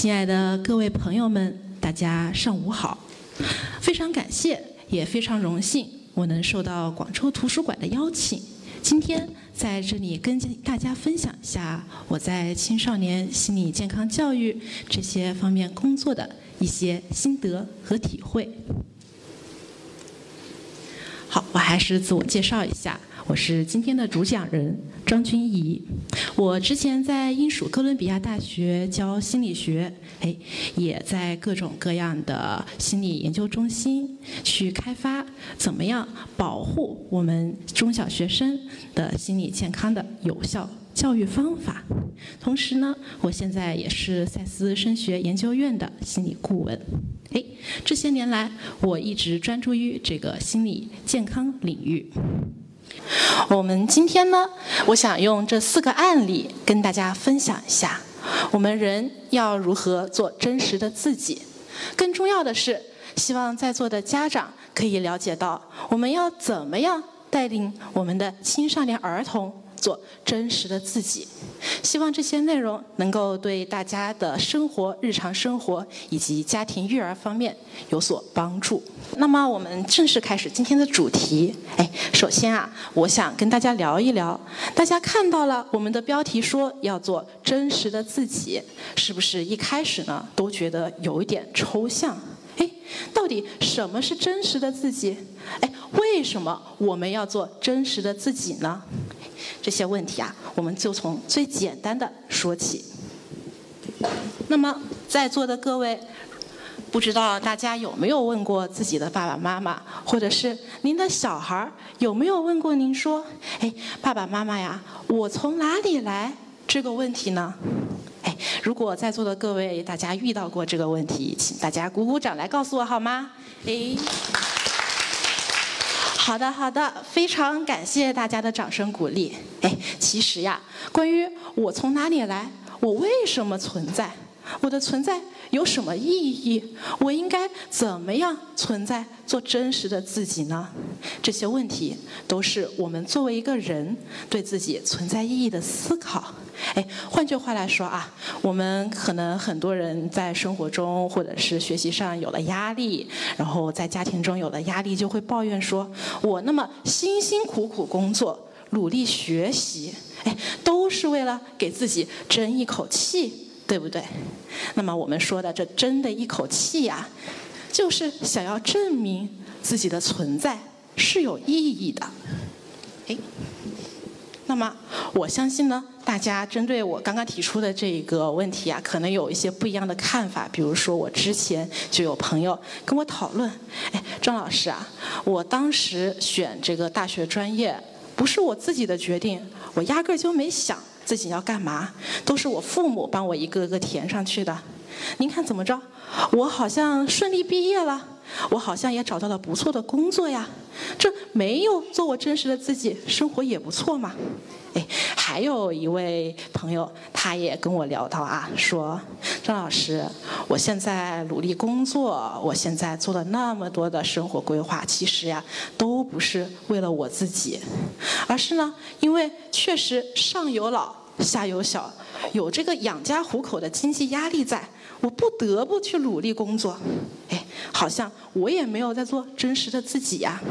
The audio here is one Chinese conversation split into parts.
亲爱的各位朋友们，大家上午好！非常感谢，也非常荣幸，我能受到广州图书馆的邀请，今天在这里跟大家分享一下我在青少年心理健康教育这些方面工作的一些心得和体会。好，我还是自我介绍一下，我是今天的主讲人张君怡。我之前在英属哥伦比亚大学教心理学，也在各种各样的心理研究中心去开发怎么样保护我们中小学生的心理健康的有效教育方法。同时呢，我现在也是赛斯升学研究院的心理顾问。这些年来，我一直专注于这个心理健康领域。我们今天呢，我想用这4个案例跟大家分享一下，我们人要如何做真实的自己。更重要的是，希望在座的家长可以了解到，我们要怎么样带领我们的青少年儿童做真实的自己。希望这些内容能够对大家的生活、日常生活以及家庭育儿方面有所帮助。那么我们正式开始今天的主题。首先我想跟大家聊一聊，大家看到了我们的标题说要做真实的自己，是不是一开始呢都觉得有一点抽象？到底什么是真实的自己？为什么我们要做真实的自己呢？这些问题我们就从最简单的说起。那么在座的各位，不知道大家有没有问过自己的爸爸妈妈，或者是您的小孩有没有问过您说，爸爸妈妈呀，我从哪里来这个问题呢？如果在座的各位大家遇到过这个问题，请大家鼓鼓掌来告诉我好吗？好的，非常感谢大家的掌声鼓励。其实关于我从哪里来，我为什么存在，我的存在有什么意义，我应该怎么样存在，做真实的自己呢？这些问题都是我们作为一个人对自己存在意义的思考。换句话来说我们可能很多人在生活中或者是学习上有了压力，然后在家庭中有了压力，就会抱怨说，我那么辛辛苦苦工作，努力学习，都是为了给自己争一口气，对不对？那么我们说的这争的一口气就是想要证明自己的存在是有意义的。那么我相信呢，大家针对我刚刚提出的这个问题可能有一些不一样的看法。比如说我之前就有朋友跟我讨论，张老师我当时选这个大学专业不是我自己的决定，我压根就没想自己要干嘛，都是我父母帮我一个个填上去的。您看怎么着？我好像顺利毕业了，我好像也找到了不错的工作呀，这没有做我真实的自己，生活也不错嘛。还有一位朋友，他也跟我聊到说，张老师，我现在努力工作，我现在做了那么多的生活规划，其实都不是为了我自己，而是呢，因为确实上有老下有小，有这个养家糊口的经济压力在，我不得不去努力工作。好像我也没有在做真实的自己呀。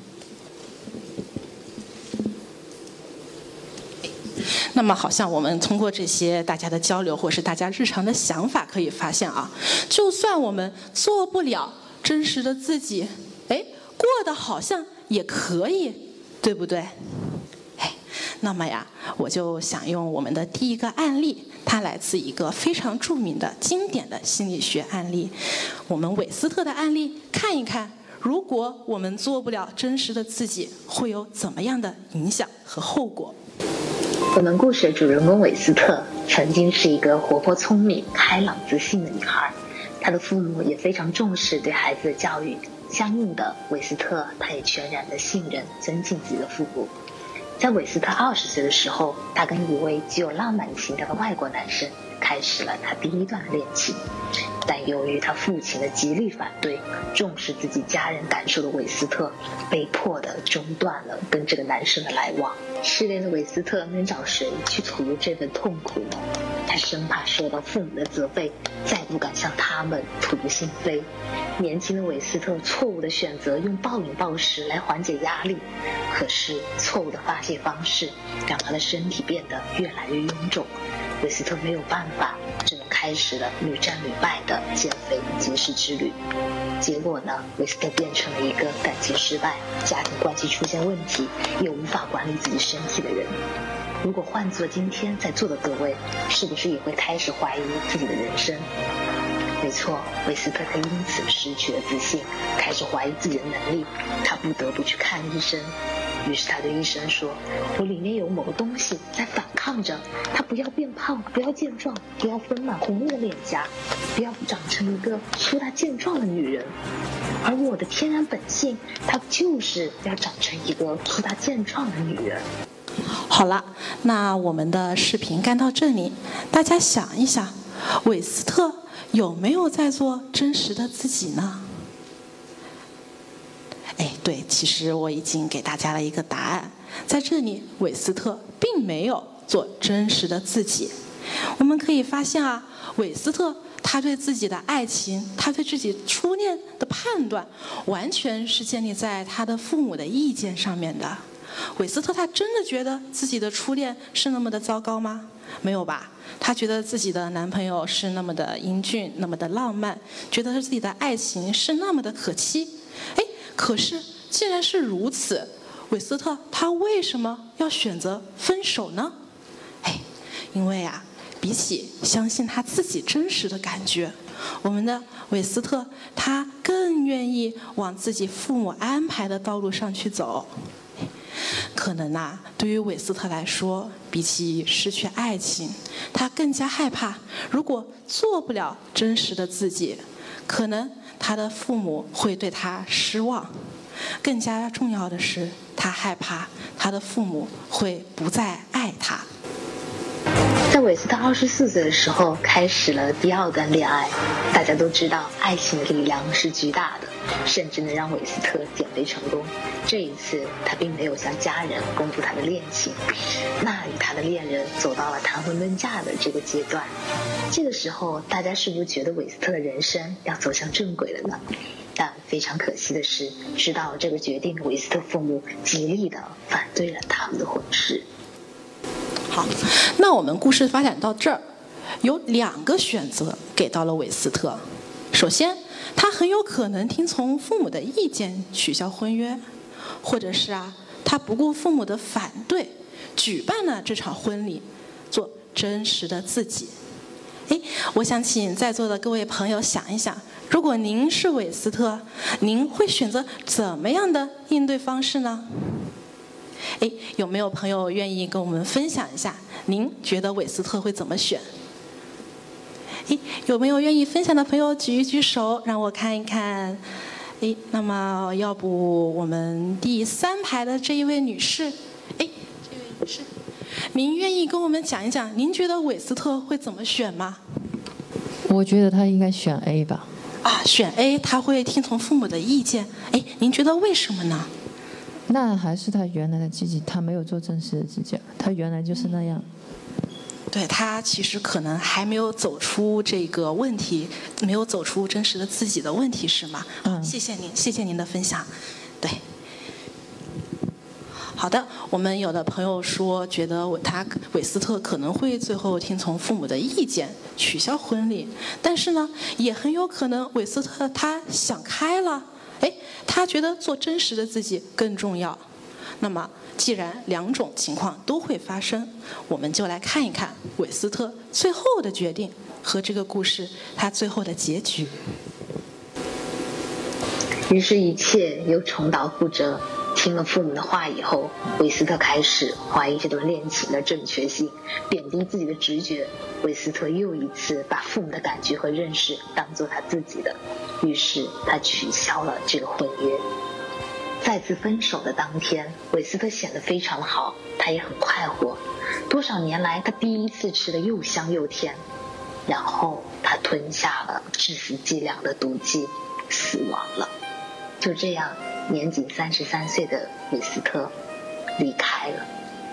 那么好像我们通过这些大家的交流，或是大家日常的想法，可以发现就算我们做不了真实的自己，过得好像也可以，对不对？那么我就想用我们的第一个案例，它来自一个非常著名的经典的心理学案例，我们韦斯特的案例，看一看如果我们做不了真实的自己，会有怎么样的影响和后果。 我们故事的主人公韦斯特曾经是一个活泼聪明、开朗自信的女孩，她的父母也非常重视对孩子的教育，相应的，韦斯特他也全然的信任、尊敬自己的父母。在韦斯特20岁的时候，他跟一位具有浪漫情调的外国男生开始了他第一段恋情。 但由于他父亲的极力反对，重视自己家人感受的韦斯特被迫的中断了跟这个男生的来往。失恋的韦斯特能找谁去吐露这份痛苦呢？他生怕受到父母的责备，再不敢向他们吐露心扉。年轻的韦斯特错误的选择用暴饮暴食来缓解压力，可是错误的发泄方式让他的身体变得越来越臃肿。韦斯特没有办法，只能开始了屡战屡败的减肥节食之旅。结果呢，韦斯特变成了一个感情失败、家庭关系出现问题又无法管理自己身体的人。如果换做今天在座的各位，是不是也会开始怀疑自己的人生？没错，韦斯特他因此失去了自信，开始怀疑自己的能力，他不得不去看医生。于是他对医生说，我里面有某个东西在反抗着，他不要变胖，不要健壮，不要丰满红润的脸颊，不要长成一个粗大健壮的女人。而我的天然本性，它就是要长成一个粗大健壮的女人。 好了，那我们的视频看到这里，大家想一想，韦斯特有没有在做真实的自己呢？对，其实我已经给大家了一个答案，在这里韦斯特并没有做真实的自己。我们可以发现啊，韦斯特他对自己的爱情，他对自己初恋的判断，完全是建立在他的父母的意见上面的。韦斯特他真的觉得自己的初恋是那么的糟糕吗？没有吧，他觉得自己的男朋友是那么的英俊，那么的浪漫，觉得自己的爱情是那么的可期。可是既然是如此，韦斯特他为什么要选择分手呢？因为啊，比起相信他自己真实的感觉，我们的韦斯特他更愿意往自己父母安排的道路上去走。可能啊，对于韦斯特来说，比起失去爱情，他更加害怕，如果做不了真实的自己，可能他的父母会对他失望。更加重要的是，他害怕他的父母会不再爱他。 在韦斯特24岁的时候，开始了第二段恋爱。大家都知道，爱情的力量是巨大的，甚至能让韦斯特减肥成功。这一次，他并没有向家人公布他的恋情，那与他的恋人走到了谈婚论嫁的这个阶段。这个时候，大家是不是觉得韦斯特的人生要走向正轨了呢？但非常可惜的是，知道这个决定的韦斯特父母极力的反对了他们的婚事。 好，那我们故事发展到这儿，有2个选择给到了韦斯特。首先，他很有可能听从父母的意见取消婚约，或者是他不顾父母的反对，举办了这场婚礼，做真实的自己。我想请在座的各位朋友想一想，如果您是韦斯特，您会选择怎么样的应对方式呢？有没有朋友愿意跟我们分享一下，您觉得韦斯特会怎么选？有没有愿意分享的朋友举一举手，让我看一看。那么要不我们第3排的这一位女士，这位女士，您愿意跟我们讲一讲，您觉得韦斯特会怎么选吗？ 我觉得他应该选 A 吧。 选 A， 他会听从父母的意见。您觉得为什么呢？ 那还是他原来的自己，他没有做真实的自己，他原来就是那样。 对，他其实可能还没有走出这个问题，没有走出真实的自己的问题，是吗？谢谢您，谢谢您的分享。对，好的，我们有的朋友说，觉得韦斯特可能会最后听从父母的意见取消婚礼，但是呢，也很有可能韦斯特他想开了，他觉得做真实的自己更重要。那么既然2种情况都会发生，我们就来看一看韦斯特最后的决定和这个故事他最后的结局。 于是，一切又重蹈覆辙。听了父母的话以后，韦斯特开始怀疑这段恋情的正确性，贬低自己的直觉。韦斯特又一次把父母的感觉和认识当作他自己的，于是他取消了这个婚约。再次分手的当天，韦斯特显得非常好，他也很快活。多少年来，他第一次吃得又香又甜。 然后他吞下了致死剂量的毒剂，死亡了。就这样，年仅33岁的韦斯特离开了。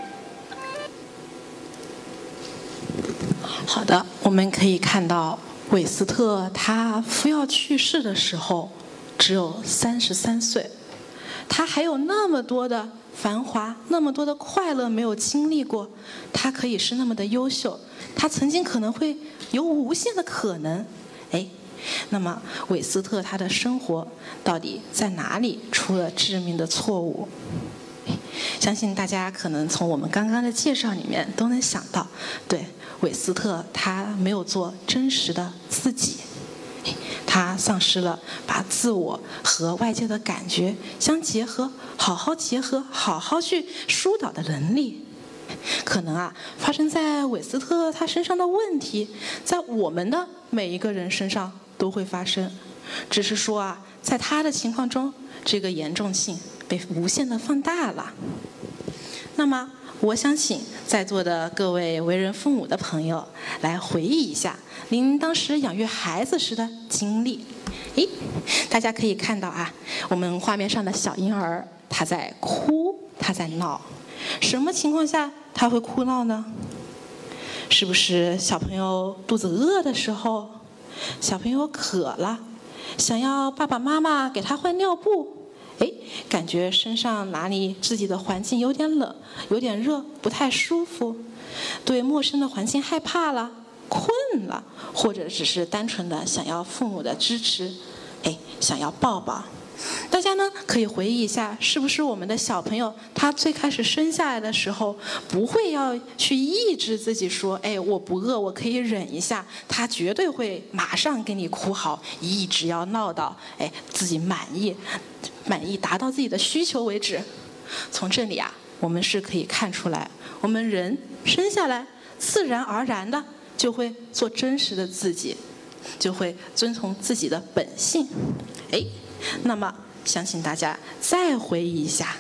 好的，我们可以看到韦斯特他服药去世的时候只有33岁，他还有那么多的繁华，那么多的快乐没有经历过，他可以是那么的优秀，他曾经可能会有无限的可能。那么韦斯特他的生活到底在哪里出了致命的错误？相信大家可能从我们刚刚的介绍里面都能想到，对，韦斯特他没有做真实的自己，他丧失了把自我和外界的感觉相结合，好好结合，好好去疏导的能力。可能发生在韦斯特他身上的问题，在我们的每一个人身上都会发生，只是说在他的情况中，这个严重性被无限的放大了。那么我想请在座的各位为人父母的朋友来回忆一下您当时养育孩子时的经历。大家可以看到我们画面上的小婴儿他在哭，他在闹。什么情况下他会哭闹呢？是不是小朋友肚子饿的时候，小朋友渴了，想要爸爸妈妈给他换尿布，感觉身上哪里自己的环境有点冷，有点热，不太舒服，对陌生的环境害怕了，困了，或者只是单纯的想要父母的支持，想要抱抱。大家呢可以回忆一下，是不是我们的小朋友他最开始生下来的时候不会要去抑制自己说我不饿，我可以忍一下，他绝对会马上给你哭好，一直要闹到自己满意达到自己的需求为止。从这里我们是可以看出来，我们人生下来自然而然的就会做真实的自己，就会遵从自己的本性。那么相信大家再回忆一下，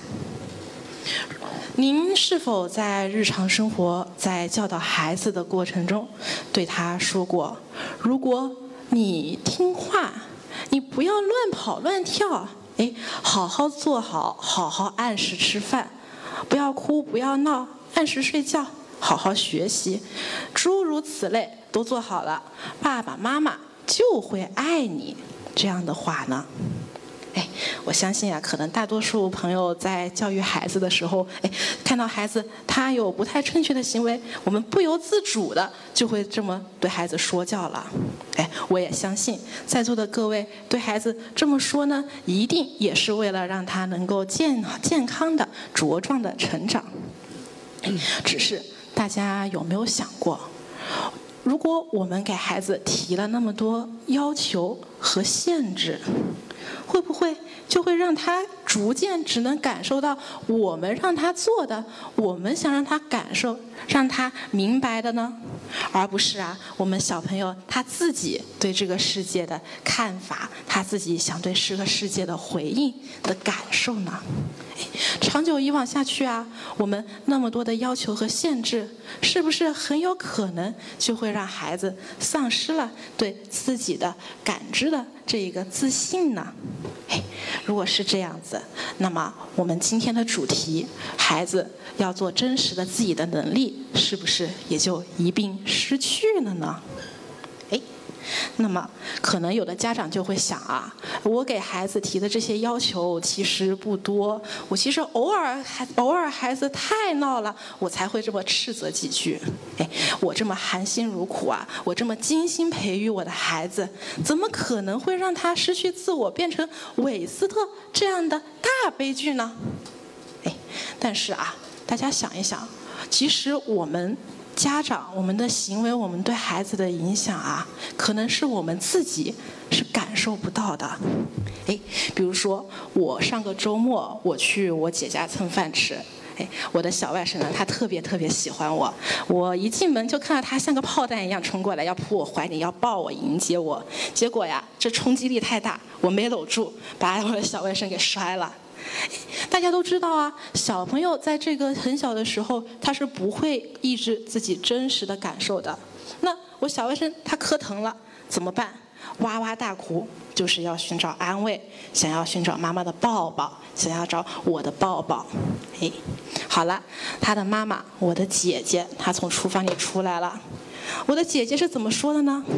您是否在日常生活在教导孩子的过程中对他说过，如果你听话，你不要乱跑乱跳，好好坐好，好好按时吃饭，不要哭不要闹，按时睡觉，好好学习，诸如此类都做好了，爸爸妈妈就会爱你，这样的话呢，我相信可能大多数朋友在教育孩子的时候，看到孩子他有不太正确的行为，我们不由自主的就会这么对孩子说教了。我也相信在座的各位对孩子这么说呢，一定也是为了让他能够健康的茁壮的成长。只是大家有没有想过，如果我们给孩子提了那么多要求和限制，会不会就会让他逐渐只能感受到我们让他做的，我们想让他感受，让他明白的呢？而不是我们小朋友他自己对这个世界的看法，他自己想对这个世界的回应的感受呢？长久以往下去我们那么多的要求和限制，是不是很有可能就会让孩子丧失了对自己的感知的这一个自信呢？如果是这样子，那么我们今天的主题，孩子要做真实的自己的能力，是不是也就一并失去了呢？那么可能有的家长就会想我给孩子提的这些要求其实不多，我其实偶尔孩子太闹了，我才会这么斥责几句。我这么含辛茹苦我这么精心培育我的孩子，怎么可能会让他失去自我，变成韦斯特这样的大悲剧呢？但是大家想一想，其实我们家长，我们的行为，我们对孩子的影响可能是我们自己是感受不到的。比如说我上个周末我去我姐家蹭饭吃，我的小外甥呢，他特别喜欢我，我一进门就看到他像个炮弹一样冲过来，要扑我怀里，要抱我迎接我，结果这冲击力太大，我没搂住，把我的小外甥给摔了。大家都知道小朋友在这个很小的时候，他是不会抑制自己真实的感受的。那我小外甥他磕疼了，怎么办？哇哇大哭，就是要寻找安慰，想要寻找妈妈的抱抱，想要找我的抱抱。哎，好了，他的妈妈，我的姐姐，她从厨房里出来了。我的姐姐是怎么说的呢？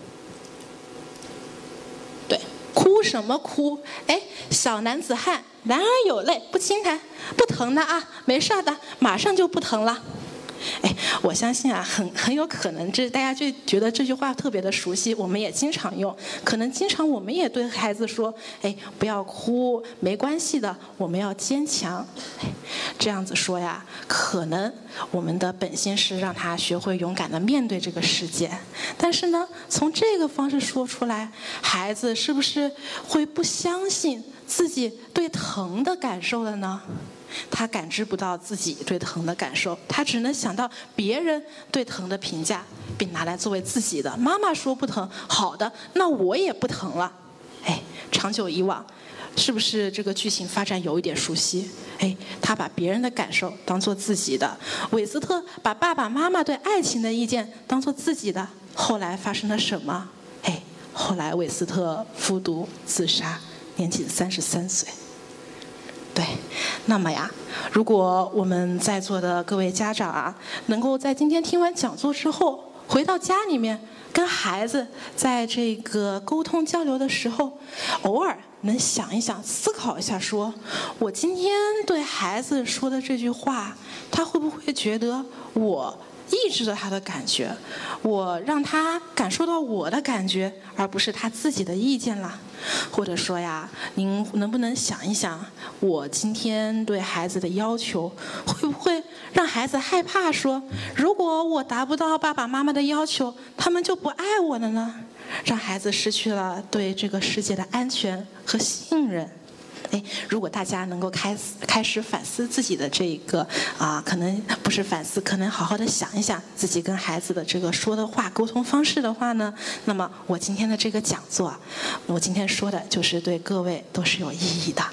对，哭什么哭？哎，小男子汉，男儿有泪不轻弹，不疼的啊，没事的，马上就不疼了。哎，我相信啊，很有可能，大家就觉得这句话特别的熟悉，我们也经常用。可能经常我们也对孩子说，哎，不要哭，没关系的，我们要坚强。哎，这样子说呀，可能我们的本心是让他学会勇敢的面对这个世界。但是呢，从这个方式说出来，孩子是不是会不相信自己对疼的感受了呢？他感知不到自己对疼的感受，他只能想到别人对疼的评价，并拿来作为自己的。妈妈说不疼，好的，那我也不疼了。哎，长久以往，是不是这个剧情发展有一点熟悉？哎，他把别人的感受当作自己的，韦斯特把爸爸妈妈对爱情的意见当作自己的。后来发生了什么？哎，后来韦斯特服毒自杀，年仅33岁。对，那么呀，如果我们在座的各位家长啊，能够在今天听完讲座之后，回到家里面跟孩子在这个沟通交流的时候，偶尔能想一想、思考一下说，我今天对孩子说的这句话，他会不会觉得我抑制了他的感觉，我让他感受到我的感觉，而不是他自己的意见啦？或者说呀，您能不能想一想，我今天对孩子的要求，会不会让孩子害怕说，如果我达不到爸爸妈妈的要求，他们就不爱我了呢？让孩子失去了对这个世界的安全和信任。哎，如果大家能够开始反思自己的这个可能不是反思，可能好好的想一想自己跟孩子的这个说的话、沟通方式的话呢，那么我今天的这个讲座，我今天说的就是对各位都是有意义的。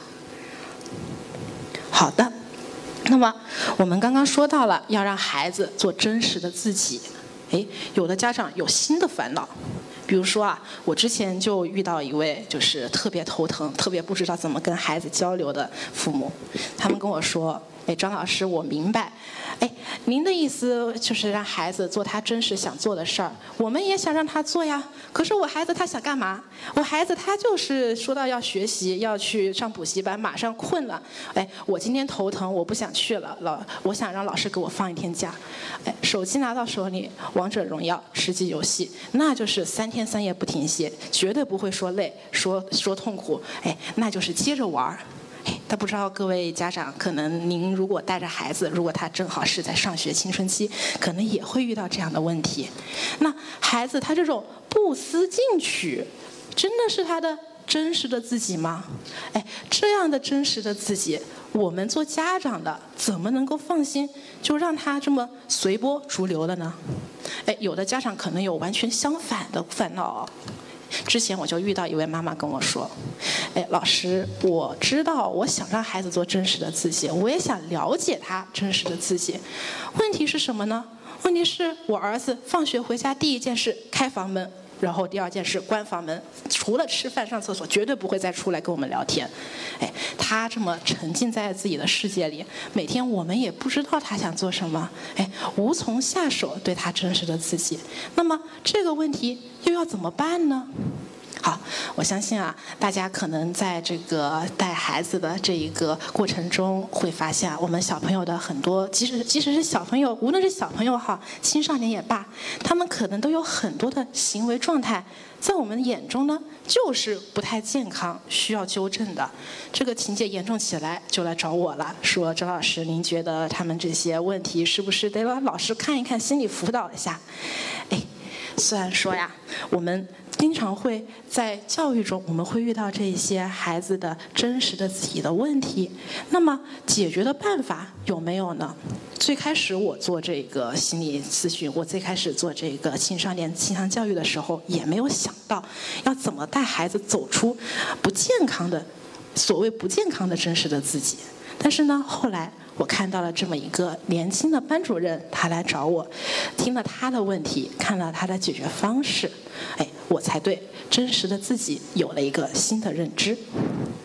好的，那么我们刚刚说到了要让孩子做真实的自己，哎，有的家长有新的烦恼。比如说啊，我之前就遇到一位就是特别头疼、特别不知道怎么跟孩子交流的父母，他们跟我说：“哎，张老师，我明白，哎，您的意思就是让孩子做他真实想做的事儿，我们也想让他做呀。可是我孩子他想干嘛？我孩子他就是说到要学习，要去上补习班，马上困了。哎，我今天头疼，我不想去了，我想让老师给我放1天假。哎，手机拿到手里，王者荣耀、吃鸡游戏，那就是3天3夜不停歇，绝对不会说累、说痛苦。哎，那就是接着玩。”哎，但不知道各位家长，可能您如果带着孩子，如果他正好是在上学青春期，可能也会遇到这样的问题。那孩子他这种不思进取，真的是他的真实的自己吗？哎，这样的真实的自己，我们做家长的怎么能够放心就让他这么随波逐流了呢？哎，有的家长可能有完全相反的烦恼。之前我就遇到一位妈妈跟我说：“哎，老师，我知道我想让孩子做真实的自己，我也想了解他真实的自己。问题是什么呢？问题是我儿子放学回家第一件事开房门，然后第2件事关房门，除了吃饭上厕所，绝对不会再出来跟我们聊天。哎，他这么沉浸在自己的世界里，每天我们也不知道他想做什么，哎，无从下手对他真实的自己。那么这个问题又要怎么办呢？好，我相信啊，大家可能在这个带孩子的这一个过程中，会发现我们小朋友的很多，即使是小朋友，无论是小朋友好，青少年也罢，他们可能都有很多的行为状态，在我们眼中呢，就是不太健康，需要纠正的。这个情节严重起来，就来找我了，说张老师，您觉得他们这些问题是不是得让老师看一看，心理辅导一下？哎，虽然说呀，我们经常会在教育中，我们会遇到这些孩子的真实的自己的问题。那么解决的办法有没有呢？最开始我做这个心理咨询，我最开始做这个青少年倾向教育的时候，也没有想到要怎么带孩子走出不健康的，所谓不健康的真实的自己。但是呢，后来我看到了这么一个年轻的班主任，他来找我，听了他的问题，看了他的解决方式，我才对真实的自己有了一个新的认知。